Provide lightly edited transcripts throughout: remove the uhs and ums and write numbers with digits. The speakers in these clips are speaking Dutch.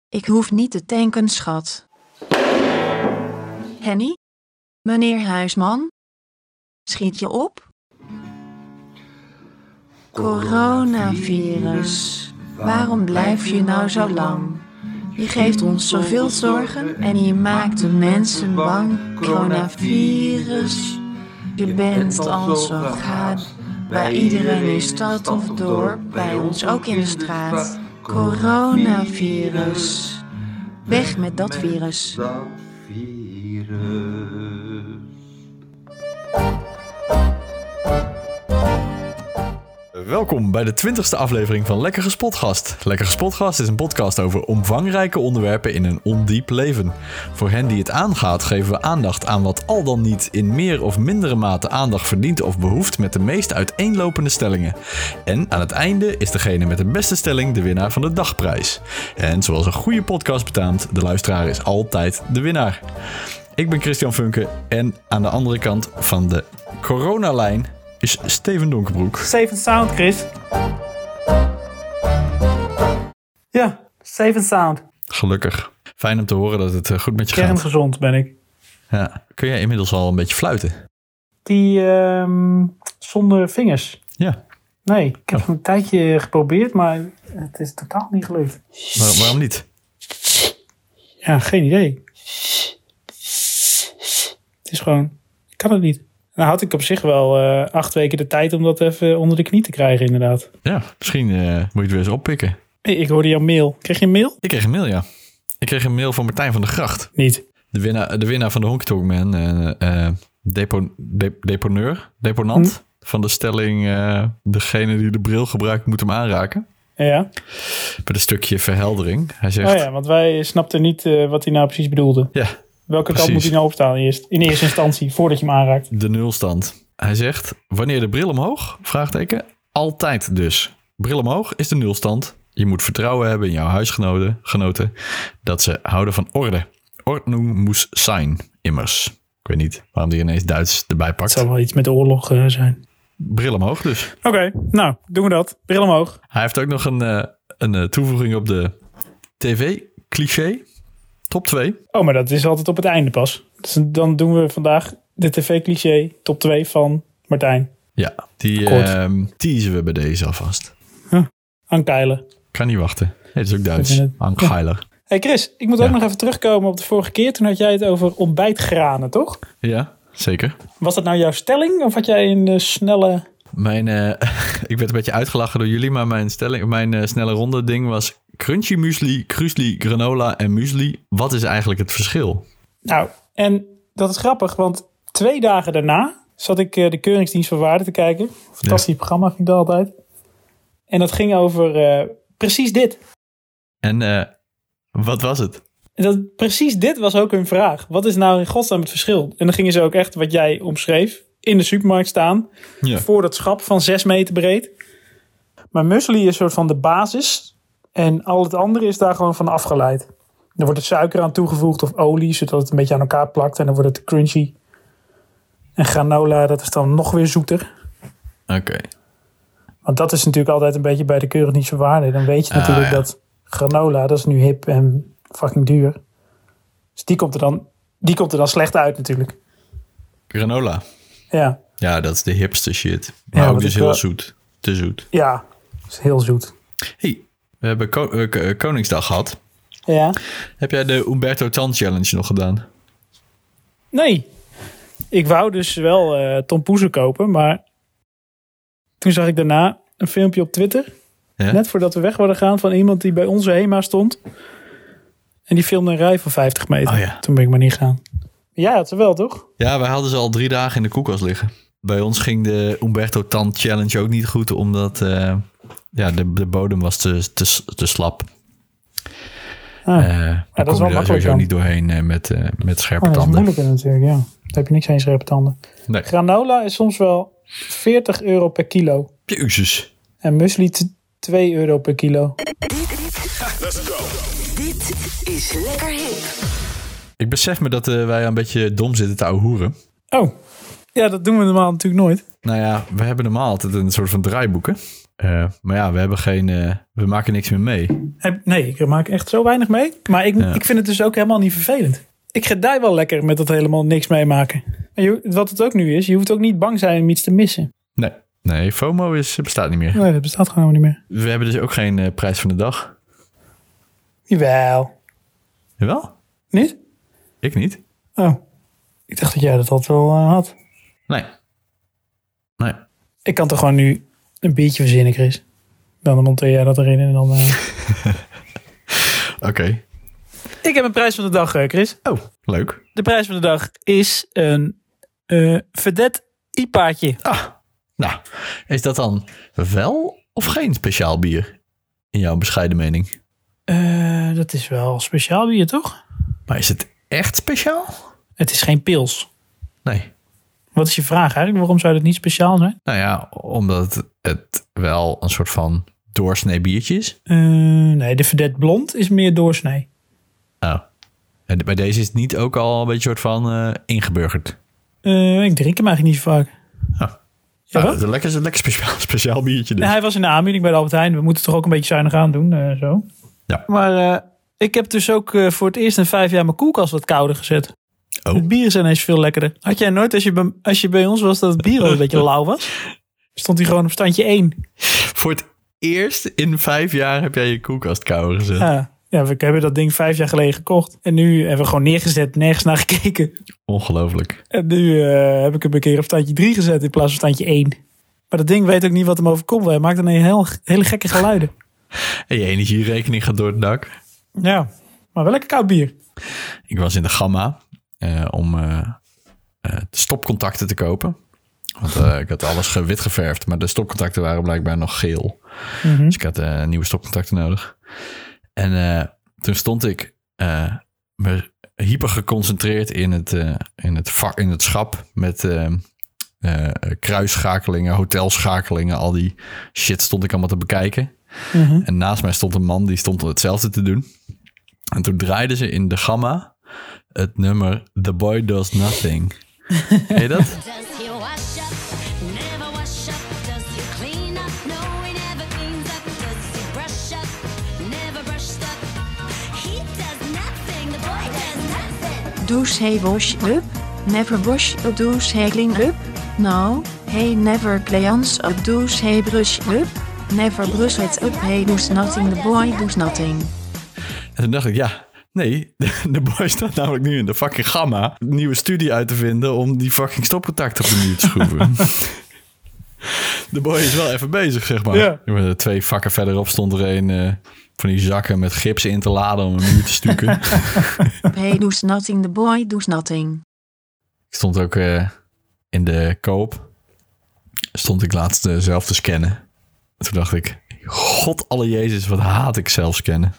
Ik hoef niet te tanken, schat. Henny? Meneer Huisman? Schiet je op? Coronavirus. Waarom blijf je nou zo lang? Je geeft ons zoveel zorgen en je maakt de mensen bang. Coronavirus. Je bent al zo gaat. Bij iedereen in stad of dorp, bij ons ook in de straat. Coronavirus. Weg met dat virus. Welkom bij de 20e aflevering van Lekker Gespotgast. Lekker Gespotgast is een podcast over omvangrijke onderwerpen in een ondiep leven. Voor hen die het aangaat geven we aandacht aan wat al dan niet in meer of mindere mate aandacht verdient of behoeft met de meest uiteenlopende stellingen. En aan het einde is degene met de beste stelling de winnaar van de dagprijs. En zoals een goede podcast betaamt, de luisteraar is altijd de winnaar. Ik ben Christian Funke en aan de andere kant van de coronalijn is Steven Donkerbroek. Safe and sound, Chris. Ja, safe and sound. Gelukkig. Fijn om te horen dat het goed met je gaat. Kerngezond ben ik. Ja. Kun jij inmiddels al een beetje fluiten? Die zonder vingers. Ja. Nee, ik heb een tijdje geprobeerd, maar het is totaal niet gelukt. Waarom niet? Ja, geen idee. Het is gewoon, ik kan het niet. Nou had ik op zich wel 8 weken de tijd om dat even onder de knie te krijgen, inderdaad. Ja, misschien moet je het weer eens oppikken. Hey, ik hoorde jouw mail. Kreeg je een mail? Ik kreeg een mail, ja. Ik kreeg een mail van Martijn van der Gracht. Niet. De winnaar van de Honky Tonk Man. Deponant van de stelling... degene die de bril gebruikt moet hem aanraken. Ja. Met een stukje verheldering. Hij zegt... Oh ja, want wij snapten niet wat hij nou precies bedoelde. Ja. Welke kant moet hij nou opstaan in eerste instantie, voordat je hem aanraakt? De nulstand. Hij zegt, wanneer de bril omhoog? Vraagteken. Altijd dus. Bril omhoog is de nulstand. Je moet vertrouwen hebben in jouw huisgenoten dat ze houden van orde. Ordnung muss sein, immers. Ik weet niet waarom die ineens Duits erbij pakt. Het zal wel iets met de oorlog zijn. Bril omhoog dus. Oké, nou, doen we dat. Bril omhoog. Hij heeft ook nog een toevoeging op de tv-cliché. Top 2. Oh, maar dat is altijd op het einde pas. Dus dan doen we vandaag de tv-cliché top 2 van Martijn. Ja, die teasen we bij deze alvast. Ankeilen. Kan niet wachten. Het is ook Duits. Ankeiler. Ja. Hey Chris, ik moet ook nog even terugkomen op de vorige keer. Toen had jij het over ontbijtgranen, toch? Ja, zeker. Was dat nou jouw stelling? Of had jij een snelle... Ik werd een beetje uitgelachen door jullie, maar mijn snelle ronde ding was crunchy muesli, krusli, granola en muesli. Wat is eigenlijk het verschil? Nou, en dat is grappig, want 2 dagen daarna zat ik de Keuringsdienst van Waarde te kijken. Fantastisch programma vind ik dat altijd. En dat ging over precies dit. En wat was het? Precies dit was ook hun vraag. Wat is nou in godsnaam het verschil? En dan gingen ze ook echt, wat jij omschreef, in de supermarkt staan. Ja. Voor dat schap van 6 meter breed. Maar muesli is een soort van de basis. En al het andere is daar gewoon van afgeleid. Er wordt er suiker aan toegevoegd of olie, zodat het een beetje aan elkaar plakt. En dan wordt het crunchy. En granola, dat is dan nog weer zoeter. Oké. Want dat is natuurlijk altijd een beetje bij de keurig niet zo waarde. Dan weet je natuurlijk dat granola, dat is nu hip en fucking duur. Dus die komt er dan slecht uit natuurlijk. Granola? Ja. Ja, dat is de hipste shit. Maar ook dus heel zoet. Te zoet. Ja, dat is heel zoet. Hey, we hebben Koningsdag gehad. Ja. Heb jij de Umberto Tan Challenge nog gedaan? Nee. Ik wou dus wel tompoezen kopen, maar toen zag ik daarna een filmpje op Twitter. Ja? Net voordat we weg waren gaan van iemand die bij onze HEMA stond. En die filmde een rij van 50 meter. Oh ja. Toen ben ik maar niet gegaan. Ja, had ze wel, toch? Ja, wij hadden ze al 3 dagen in de koelkast liggen. Bij ons ging de Umberto Tan Challenge ook niet goed, omdat de bodem was te slap. Daar dat is wel makkelijk sowieso niet doorheen met scherpe tanden. Dat is moeilijker natuurlijk, ja. Daar heb je niks aan scherpe tanden. Nee. Granola is soms wel €40 per kilo. Jezus. En muesli €2 per kilo. Dit is Lekker Hip. Ik besef me dat wij een beetje dom zitten te ouwehoeren. Oh, ja, dat doen we normaal natuurlijk nooit. Nou ja, we hebben normaal altijd een soort van draaiboeken. Maar ja, we maken niks meer mee. Nee, ik maak echt zo weinig mee. Maar ik vind het dus ook helemaal niet vervelend. Ik gedij wel lekker met dat helemaal niks meemaken. En wat het ook nu is, je hoeft ook niet bang zijn om iets te missen. Nee, FOMO bestaat niet meer. Nee, dat bestaat gewoon niet meer. We hebben dus ook geen prijs van de dag. Jawel. Jawel? Niet? Ik niet. Oh, ik dacht dat jij dat altijd wel had. Nee. Ik kan toch gewoon nu een biertje verzinnen, Chris. Dan monteer jij dat erin en dan... Oké. Ik heb een prijs van de dag, Chris. Oh, leuk. De prijs van de dag is een Vedette IPA'tje. Nou, is dat dan wel of geen speciaal bier? In jouw bescheiden mening? Dat is wel speciaal bier, toch? Maar is het echt speciaal? Het is geen pils. Nee. Wat is je vraag eigenlijk? Waarom zou het niet speciaal zijn? Nou ja, omdat het wel een soort van doorsnee biertje is. Nee, de Vedette Blond is meer doorsnee. Oh. En bij deze is het niet ook al een beetje soort van ingeburgerd? Ik drink hem eigenlijk niet zo vaak. Oh. Ja, dat is een lekker speciaal biertje dus. Ja, hij was in de aanbieding bij de Albert Heijn. We moeten toch ook een beetje zuinig aan doen. Zo. Ja. Maar ik heb dus ook voor het eerst in 5 jaar mijn koelkast wat kouder gezet. Oh. Het bier is ineens veel lekkerder. Had jij nooit, als je bij ons was, dat het bier al een beetje lauw was? Stond hij gewoon op standje 1. Voor het eerst in 5 jaar heb jij je koelkast kouder gezet. Ja, we hebben dat ding 5 jaar geleden gekocht. En nu hebben we gewoon neergezet, nergens naar gekeken. Ongelooflijk. En nu heb ik hem een keer op standje 3 gezet in plaats van standje 1. Maar dat ding weet ook niet wat hem overkomt. Hij maakt een hele gekke geluiden. En je energierekening gaat door het dak. Ja, maar wel lekker koud bier. Ik was in de Gamma om stopcontacten te kopen. Want ik had alles wit geverfd, maar de stopcontacten waren blijkbaar nog geel. Mm-hmm. Dus ik had nieuwe stopcontacten nodig. En toen stond ik hyper geconcentreerd in het schap met kruisschakelingen, hotelschakelingen, al die shit stond ik allemaal te bekijken. Mm-hmm. En naast mij stond een man die stond hetzelfde te doen. En toen draaiden ze in de Gamma het nummer The Boy Does Nothing. Ken je dat? Douche he wash up, never wash up, douche he clean up. No, he never cleans up, douche he brush up, never brush it up, he does nothing, the boy does nothing. En toen dacht ik, ja, nee, de boy staat namelijk nu in de fucking Gamma een nieuwe studie uit te vinden om die fucking stopcontact op de muur te schroeven. De boy is wel even bezig, zeg maar. Ja. 2 vakken verderop stond er een van die zakken met gips in te laden om een muur te stukken. He does nothing, the boy does nothing. Ik stond ook in de Coop. Stond ik laatst zelf te scannen. En toen dacht ik, God alle Jezus, wat haat ik zelfscannen.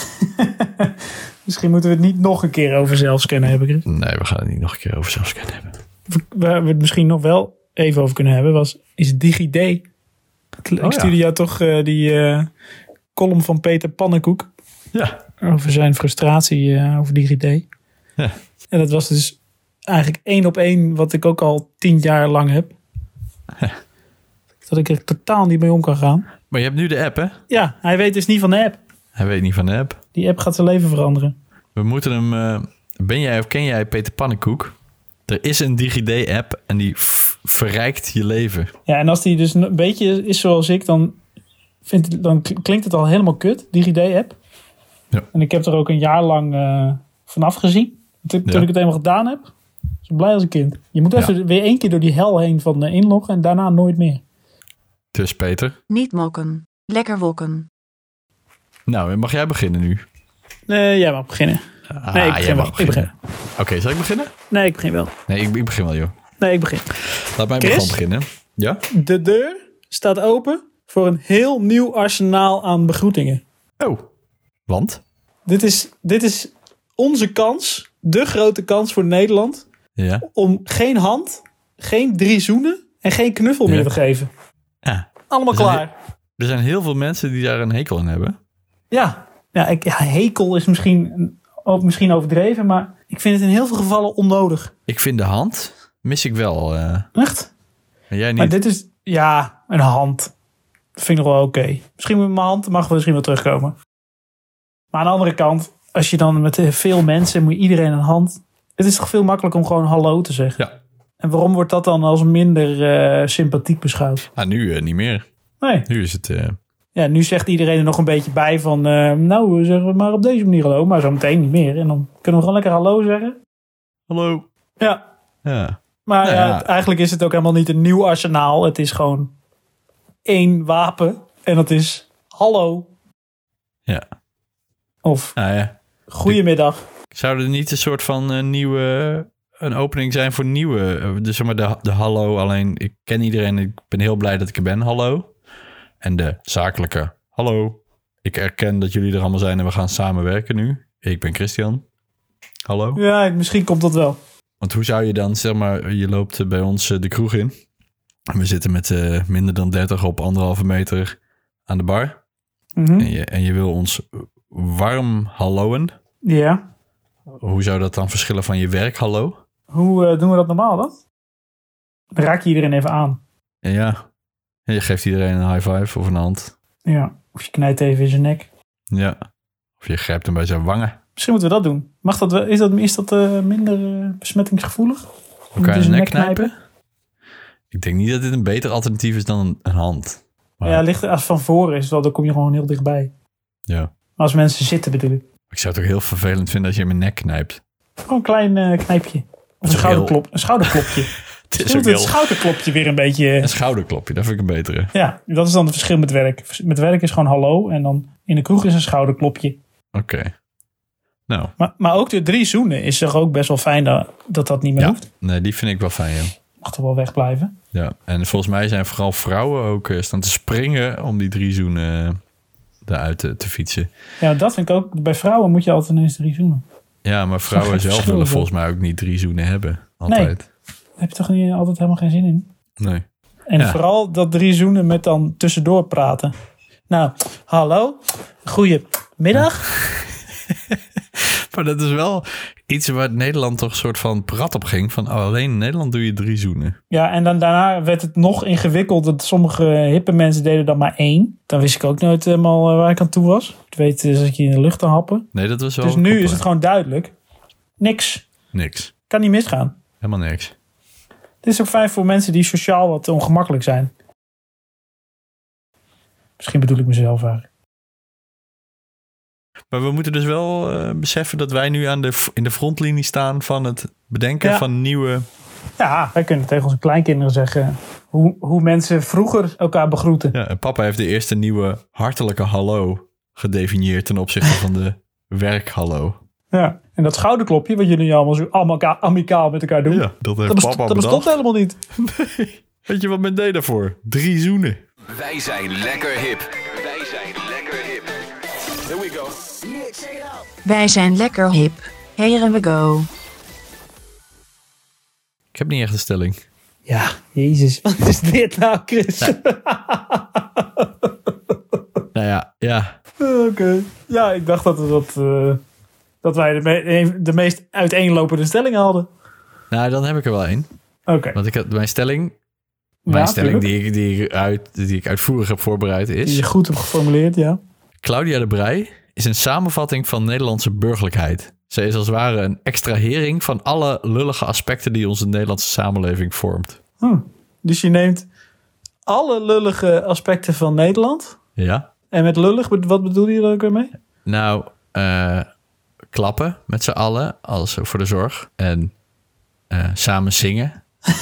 Misschien moeten we het niet nog een keer over zelfscannen hebben, Chris. Nee, we gaan het niet nog een keer over zelfscannen hebben. Waar we het misschien nog wel even over kunnen hebben, is DigiD. Ik stuurde jou toch die column van Peter Pannenkoek. Ja. Over zijn frustratie over DigiD. Ja. En dat was dus eigenlijk 1 op 1 wat ik ook al 10 jaar lang heb. Ja. Dat ik er totaal niet mee om kan gaan. Maar je hebt nu de app, hè? Ja, hij weet dus niet van de app. Hij weet niet van de app. Die app gaat zijn leven veranderen. We moeten hem... ken jij Peter Pannenkoek? Er is een DigiD-app en die verrijkt je leven. Ja, en als die dus een beetje is zoals ik, dan klinkt het al helemaal kut, DigiD-app. Ja. En ik heb er ook een jaar lang vanaf gezien. Toen ik het eenmaal gedaan heb, zo blij als een kind. Je moet even weer 1 keer door die hel heen van inloggen en daarna nooit meer. Dus Peter? Niet mokken, lekker wokken. Nou, mag jij beginnen nu? Nee, jij mag beginnen. Nee, ik begin wel. Oké, zal ik beginnen? Nee, ik begin wel. Nee, ik begin wel, joh. Nee, ik begin. Laat mij gewoon beginnen. Ja? De deur staat open voor een heel nieuw arsenaal aan begroetingen. Oh, want? Dit is onze kans, de grote kans voor Nederland, om geen hand, geen 3 zoenen en geen knuffel meer te geven. Ja. Allemaal klaar. Er zijn heel veel mensen die daar een hekel aan hebben. Ja, hekel is misschien overdreven, maar ik vind het in heel veel gevallen onnodig. Ik vind de hand, mis ik wel. Echt? En jij niet? Maar dit is, een hand. Dat vind ik nog wel oké. Misschien met mijn hand mag misschien wel terugkomen. Maar aan de andere kant, als je dan met veel mensen, moet je iedereen een hand. Het is toch veel makkelijker om gewoon hallo te zeggen. Ja. En waarom wordt dat dan als minder sympathiek beschouwd? Nu niet meer. Nee. Nu is het... Ja, nu zegt iedereen er nog een beetje bij van... nou, zeggen we maar op deze manier hallo. Maar zo meteen niet meer. En dan kunnen we gewoon lekker hallo zeggen. Hallo. Ja. Ja. Maar eigenlijk is het ook helemaal niet een nieuw arsenaal. Het is gewoon 1 wapen. En dat is hallo. Ja. Of ja. Goedemiddag. Zou er niet een soort van een opening zijn voor nieuwe... Dus zeg maar de hallo, alleen ik ken iedereen. Ik ben heel blij dat ik er ben, hallo. En de zakelijke, hallo. Ik erken dat jullie er allemaal zijn en we gaan samenwerken nu. Ik ben Christian. Hallo. Ja, misschien komt dat wel. Want hoe zou je dan, zeg maar, je loopt bij ons de kroeg in. En we zitten met minder dan 30 op 1,5 meter aan de bar. Mm-hmm. En je wil ons warm halloen. Ja. Hoe zou dat dan verschillen van je werk, hallo? Hoe doen we dat normaal dan? Dan raak je iedereen even aan. Ja. En je geeft iedereen een high five of een hand. Ja. Of je knijpt even in zijn nek. Ja. Of je grijpt hem bij zijn wangen. Misschien moeten we dat doen. Mag dat, is dat minder besmettingsgevoelig? Elkaar in de nek knijpen? Ik denk niet dat dit een beter alternatief is dan een hand. Maar... Ja, ligt als van voren is, dan kom je gewoon heel dichtbij. Ja. Maar als mensen zitten bedoel ik. Ik zou het ook heel vervelend vinden als je in mijn nek knijpt. Gewoon een klein knijpje. Of een schouderklop. Een schouderklopje. Het schouderklopje weer een beetje... Een schouderklopje, dat vind ik een betere. Ja, dat is dan het verschil met werk. Met werk is gewoon hallo en dan in de kroeg is een schouderklopje. Oké. Nou. Maar ook de 3 zoenen is toch ook best wel fijn dat niet meer hoeft? Nee, die vind ik wel fijn, ja. Mag toch wel wegblijven? Ja, en volgens mij zijn vooral vrouwen ook staan te springen om die 3 zoenen eruit te fietsen. Ja, dat vind ik ook. Bij vrouwen moet je altijd ineens 3 zoenen. Ja, maar vrouwen zelf willen volgens mij ook niet 3 zoenen hebben. Altijd. Nee. Daar heb je toch niet altijd helemaal geen zin in? Nee. En vooral dat 3 zoenen met dan tussendoor praten. Nou, hallo. Goedemiddag. Maar dat is wel iets waar Nederland toch een soort van prat op ging. Van alleen in Nederland doe je 3 zoenen. Ja, en dan daarna werd het nog ingewikkeld. Dat sommige hippe mensen deden dan maar 1. Dan wist ik ook nooit helemaal waar ik aan toe was. Ik weet dat je in de lucht te happen. Nee, dat was wel... Dus nu is het gewoon duidelijk. Niks. Kan niet misgaan. Helemaal niks. Dit is ook fijn voor mensen die sociaal wat ongemakkelijk zijn. Misschien bedoel ik mezelf eigenlijk. Maar we moeten dus wel beseffen dat wij nu in de frontlinie staan van het bedenken van nieuwe... Ja, wij kunnen tegen onze kleinkinderen zeggen hoe mensen vroeger elkaar begroeten. Ja, en papa heeft de eerste nieuwe hartelijke hallo gedefinieerd ten opzichte van de werkhallo. Ja, en dat schouderklopje wat jullie allemaal amicaal met elkaar doen. Ja, dat heeft papa bedacht. Dat bestond helemaal niet. Nee. Weet je wat men deed daarvoor? 3 zoenen. Wij zijn lekker hip. Wij zijn lekker hip. Here we go. Yeah, check it out. Wij zijn lekker hip. Here we go. Ik heb niet echt een stelling. Ja, jezus. Wat is dit nou, Chris? Nou ja. Oké. Ja, ik dacht dat wij de meest uiteenlopende stellingen hadden. Nou, dan heb ik er wel één. Oké. Want mijn stelling die ik uitvoerig heb voorbereid is... Die je goed hebt geformuleerd, ja. Claudia de Breij is een samenvatting van Nederlandse burgerlijkheid. Zij is als het ware een extrahering van alle lullige aspecten die onze Nederlandse samenleving vormt. Dus je neemt alle lullige aspecten van Nederland. Ja. En met lullig, wat bedoel je er ook weer mee? Nou, klappen met z'n allen als voor de zorg. En samen zingen.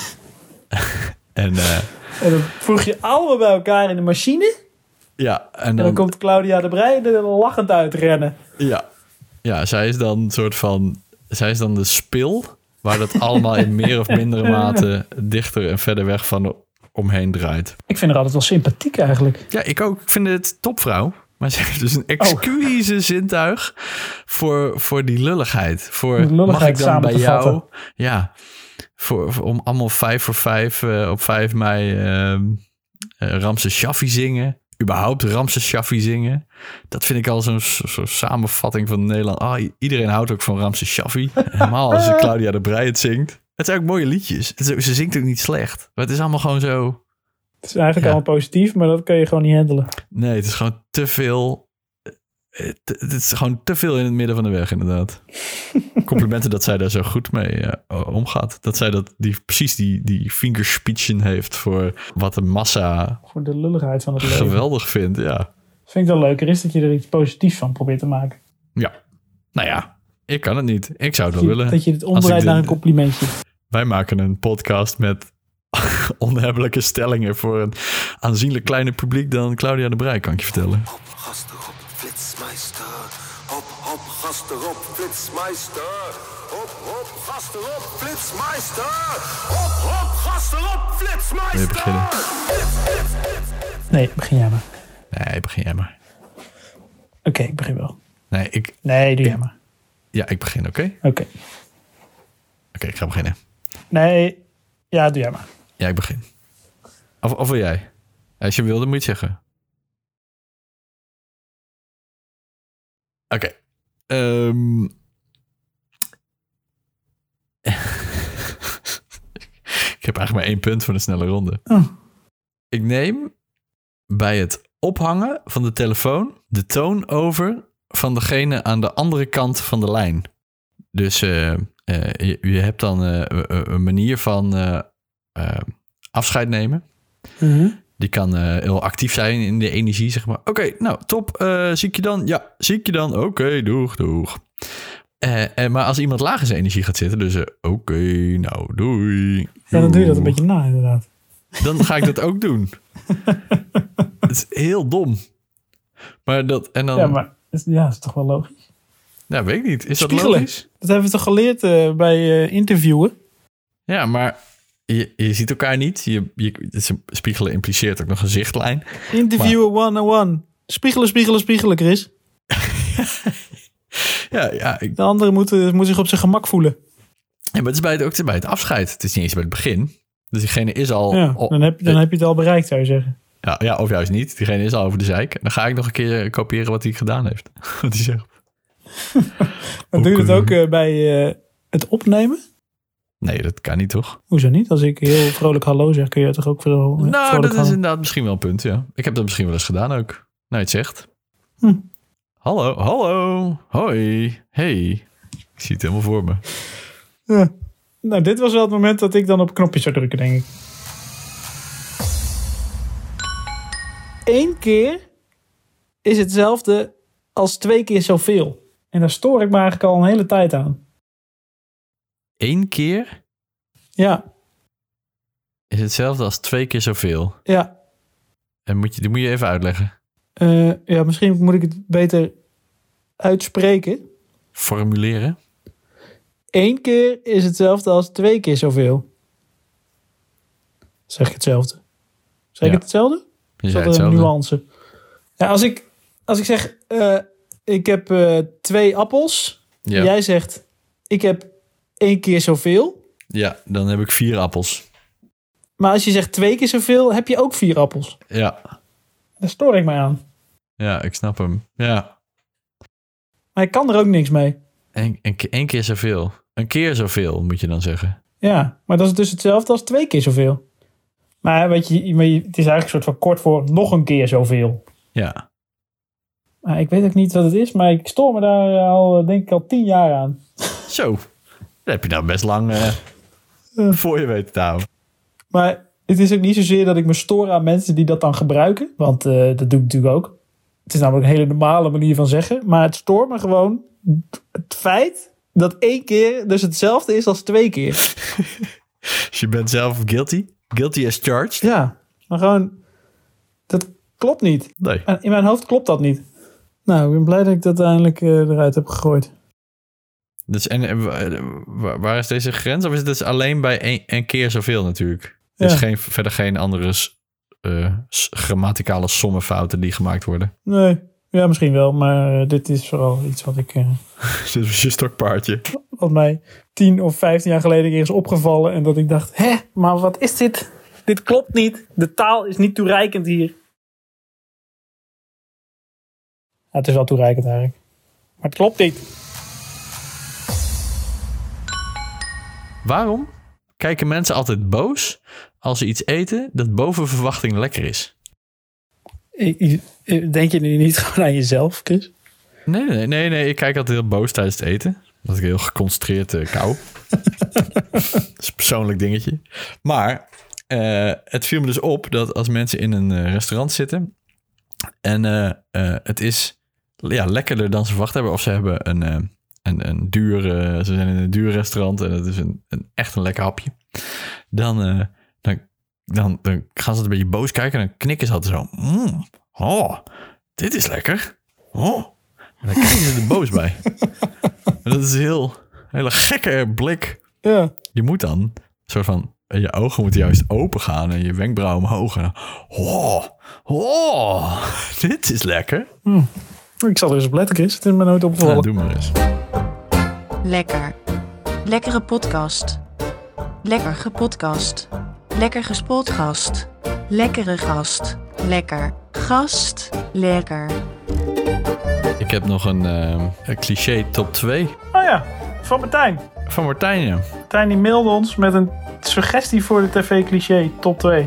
en dan voeg je allemaal bij elkaar in de machine. Ja. En dan komt Claudia de Breij er lachend uitrennen. Ja. Ja, zij is dan de spil waar dat allemaal in meer of mindere mate dichter en verder weg van omheen draait. Ik vind haar altijd wel sympathiek eigenlijk. Ja, ik ook. Ik vind het topvrouw. Maar ze heeft dus een exquise zintuig voor die lulligheid. Voor mag ik dan bij jou? Ja, om allemaal 5 voor 5 op 5 mei Ramses Shaffi zingen. Überhaupt Ramses Shaffi zingen. Dat vind ik al zo'n samenvatting van Nederland. Iedereen houdt ook van Ramses Shaffi. Helemaal als Claudia de Breij het zingt. Het zijn ook mooie liedjes. Ze zingt ook niet slecht. Maar het is allemaal gewoon zo Het is eigenlijk allemaal positief, maar dat kun je gewoon niet handelen. Nee, het is gewoon te veel. Het is gewoon te veel in het midden van de weg, inderdaad. Complimenten dat zij daar zo goed mee omgaat. Dat zij precies die vingerspitchen heeft voor wat de massa... Voor de lulligheid van het leven. Geweldig vindt, ja. Vind ik wel leuker is dat je er iets positiefs van probeert te maken. Ja. Nou ja, ik kan het niet. Ik zou het wel willen. Dat je het omdraait naar een complimentje. Wij maken een podcast met onhebbelijke stellingen voor een aanzienlijk kleiner publiek dan Claudia de Breij, kan ik je vertellen. Hop, gas erop, flitsmeister. Hop, hop, gas erop, flitsmeister. Hop, hop, gas erop, flitsmeister. Hop, hop, gas erop, flitsmeister. Wil je beginnen? Nee, begin jij maar. Nee, begin jij maar. Oké, ik begin wel. Nee, doe jij maar. Ja, ik begin, oké? Oké, Ik ga beginnen. Nee, ja, doe jij maar. Ja, ik begin. Of wil jij? Als je wilde, moet je het zeggen. Oké. Ik heb eigenlijk maar 1 punt voor de snelle ronde. Oh. Ik neem bij het ophangen van de telefoon de toon over van degene aan de andere kant van de lijn. Dus je hebt dan een manier van afscheid nemen. Mm-hmm. Die kan heel actief zijn in de energie, zeg maar. Oké, nou, top. Zie ik je dan? Ja, zie ik je dan? Oké, doeg. Maar als iemand laag in zijn energie gaat zitten, dus oké, nou, doei. Ja, dan doe je dat een beetje na, inderdaad. Dan ga ik dat ook doen. Het is heel dom. Maar dat, en dan... Ja, dat is toch wel logisch? Ja, weet ik niet. Is Spiegelen. Dat logisch? Dat hebben we toch geleerd bij interviewen? Ja, maar je ziet elkaar niet. Spiegelen impliceert ook nog een zichtlijn. Interviewen 101. Spiegelen, Chris. Ja, De andere moet zich op zijn gemak voelen. Ja, maar het is ook bij het afscheid. Het is niet eens bij het begin. Dus diegene is al... Ja, dan heb je het al bereikt, zou je zeggen. Ja, of juist niet. Diegene is al over de zeik. Dan ga ik nog een keer kopiëren wat hij gedaan heeft. Wat hij zegt. Dan doe je dat ook bij het opnemen? Nee, dat kan niet, toch? Hoezo niet? Als ik heel vrolijk hallo zeg, kun je toch ook vrolijk Nou, dat is inderdaad misschien wel een punt, ja. Ik heb dat misschien wel eens gedaan ook. Nou, je het zegt. Hallo, hoi, hey. Ik zie het helemaal voor me. Ja. Nou, dit was wel het moment dat ik dan op knopjes zou drukken, denk ik. 1 keer is hetzelfde als 2 keer zoveel. En daar stoor ik me eigenlijk al een hele tijd aan. 1 keer? Ja. Is hetzelfde als 2 keer zoveel? Ja. En die moet je even uitleggen. Ja, misschien moet ik het beter uitspreken. Formuleren? 1 keer is hetzelfde als 2 keer zoveel. Zeg ik hetzelfde? Zeg ik het hetzelfde? Je Is zei dat een hetzelfde. nuance? Ja, als ik zeg, ik heb 2 appels. Ja. En jij zegt, ik heb 1 keer zoveel. Ja, dan heb ik 4 appels. Maar als je zegt 2 keer zoveel, heb je ook 4 appels. Ja. Daar stoor ik mij aan. Ja, ik snap hem. Ja. Maar ik kan er ook niks mee. 1 keer zoveel. Een keer zoveel, moet je dan zeggen. Ja, maar dat is dus hetzelfde als 2 keer zoveel. Maar weet je, het is eigenlijk een soort van kort voor nog een keer zoveel. Ja. Maar ik weet ook niet wat het is, maar ik stoor me daar al, denk ik, al 10 jaar aan. Zo. Dat heb je nou best lang voor je weten te houden. Maar het is ook niet zozeer dat ik me stoor aan mensen die dat dan gebruiken. Want dat doe ik natuurlijk ook. Het is namelijk een hele normale manier van zeggen. Maar het stoort me gewoon het feit dat 1 keer dus hetzelfde is als 2 keer. Dus je bent zelf guilty? Guilty as charged? Ja, maar gewoon, dat klopt niet. Nee. En in mijn hoofd klopt dat niet. Nou, ik ben blij dat ik dat uiteindelijk eruit heb gegooid. Dus waar is deze grens? Of is het dus alleen bij 1 keer zoveel natuurlijk? Er is verder geen andere grammaticale sommenfouten die gemaakt worden. Nee, ja, misschien wel. Maar dit is vooral iets wat ik... Dit was je stokpaardje. Wat mij 10 of 15 jaar geleden een keer is opgevallen. En dat ik dacht, maar wat is dit? Dit klopt niet. De taal is niet toereikend hier. Ja, het is wel toereikend eigenlijk. Maar het klopt niet. Waarom kijken mensen altijd boos als ze iets eten dat boven verwachting lekker is? Denk je nu niet gewoon aan jezelf, Chris? Nee. Ik kijk altijd heel boos tijdens het eten. Dat ik heel geconcentreerd kou. Dat is een persoonlijk dingetje. Maar het viel me dus op dat als mensen in een restaurant zitten... en het is lekkerder dan ze verwacht hebben... of ze hebben een duur... ze zijn in een duur restaurant en het is echt een lekker hapje... Dan gaan ze het een beetje boos kijken... en dan knikken ze altijd zo... dit is lekker. En dan kijken ze er boos bij. En dat is een hele gekke blik. Ja. Je moet dan soort van... je ogen moeten juist open gaan... en je wenkbrauwen omhoog. En dit is lekker. Ik zal er eens op letten, Chris. Het is me nooit opgevallen. Nou, doe maar eens. Lekker. Lekkere podcast. Lekker gepodcast. Lekker gespotgast. Lekkere gast. Lekker. Gast. Lekker. Ik heb nog een cliché top 2. Oh ja, van Martijn. Van Martijn, ja. Martijn die mailde ons met een suggestie voor de tv-cliché top 2.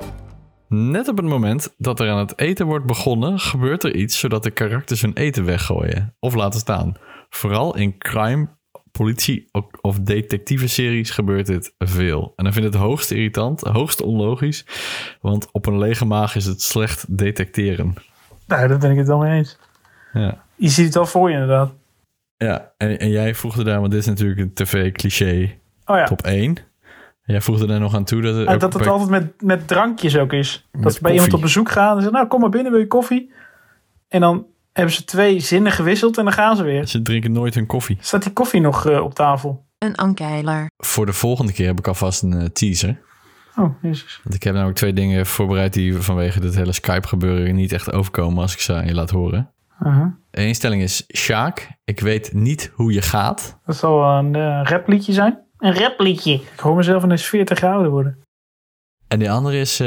Net op het moment dat er aan het eten wordt begonnen... gebeurt er iets zodat de karakters hun eten weggooien. Of laten staan. Vooral in crime, politie of detectieve series gebeurt dit veel. En dan vind ik het hoogst irritant, hoogst onlogisch. Want op een lege maag is het slecht detecteren. Nou, daar ben ik het wel mee eens. Ja. Je ziet het al voor je inderdaad. Ja, en jij voegde daar, want dit is natuurlijk een tv-cliché top 1... Jij voegde er nog aan toe dat het altijd met drankjes ook is. Dat ze bij koffie. iemand op bezoek gaan en zeggen, nou kom maar binnen, wil je koffie? En dan hebben ze 2 zinnen gewisseld en dan gaan ze weer. Ze drinken nooit hun koffie. Staat die koffie nog op tafel? Een ankeiler. Voor de volgende keer heb ik alvast een teaser. Oh, jezus. Want ik heb namelijk 2 dingen voorbereid die vanwege dit hele Skype gebeuren niet echt overkomen als ik ze aan je laat horen. De instelling is Sjaak, ik weet niet hoe je gaat. Dat zal een rapliedje zijn. Een rapliedje. Ik hoor mezelf ineens 40 jaar ouder worden. En die andere is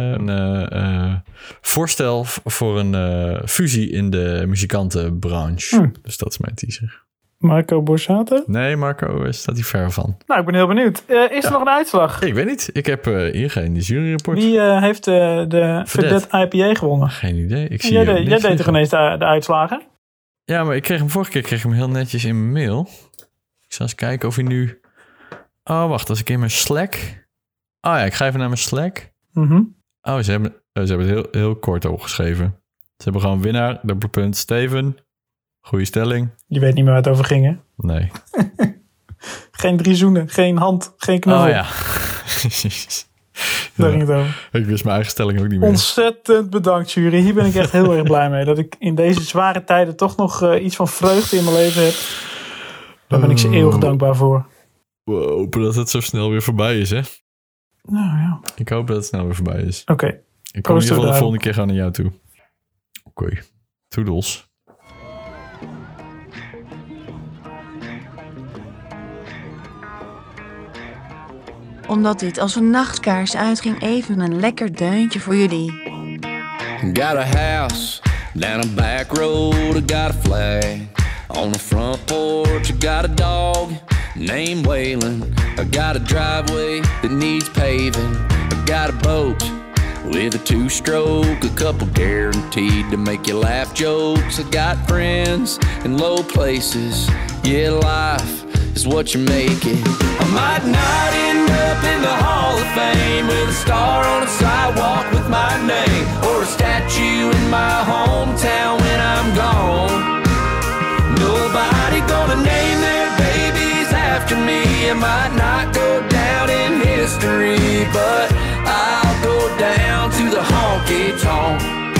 een voorstel voor een fusie in de muzikantenbranche. Dus dat is mijn teaser. Marco Borsato? Nee, Marco staat hier ver van. Nou, ik ben heel benieuwd. Is er nog een uitslag? Ik weet niet. Ik heb hier geen juryrapport. Wie heeft de Vedette IPA gewonnen? Geen idee. Jij deed toch ineens de uitslagen? Ja, maar vorige keer kreeg ik hem heel netjes in mijn mail. Ik zal eens kijken of hij nu... Oh, wacht. Als ik in mijn Slack... Oh ja, ik ga even naar mijn Slack. Oh, ze hebben het heel kort opgeschreven. Ze hebben gewoon winnaar, dubbelpunt, Steven. Goeie stelling. Je weet niet meer waar het over ging, hè? Nee. Geen 3 zoenen, geen hand, geen knuffel. Oh ja. Daar ging het over. Ik wist mijn eigen stelling ook niet meer. Ontzettend bedankt, jury. Hier ben ik echt heel erg blij mee. Dat ik in deze zware tijden toch nog iets van vreugde in mijn leven heb. Daar ben ik ze eeuwig dankbaar voor. We hopen dat het zo snel weer voorbij is, hè? Nou ja. Ik hoop dat het snel weer voorbij is. Oké. Ik kom in ieder geval de volgende keer gewoon naar jou toe. Oké. Toedels. Omdat dit als een nachtkaars uitging, even een lekker deuntje voor jullie. Got a house down a back road, I got a flag on the front porch, I got a dog named Waylon, I got a driveway that needs paving, I got a boat with a 2-stroke, a couple guaranteed to make you laugh jokes, I got friends in low places, yeah, life is what you make it. I might not end up in the Hall of Fame with a star on a sidewalk with my name, or a statue in my hometown when I'm gone. Nobody gonna name their babies after me. I might not go down in history, but I'll go down to the honky tonk.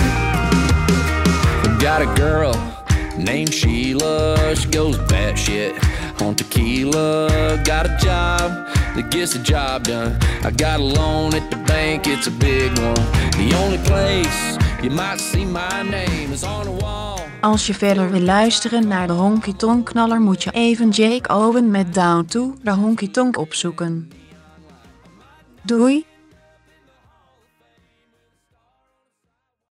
Got a girl named Sheila, she goes batshit on tequila. Got a job that gets the job done. I got a loan at the bank, it's a big one. The only place you might see my name is on the wall. Als je verder wil luisteren naar de Honky Tonk Knaller, moet je even Jake Owen met Down to the Honky Tonk opzoeken. Doei!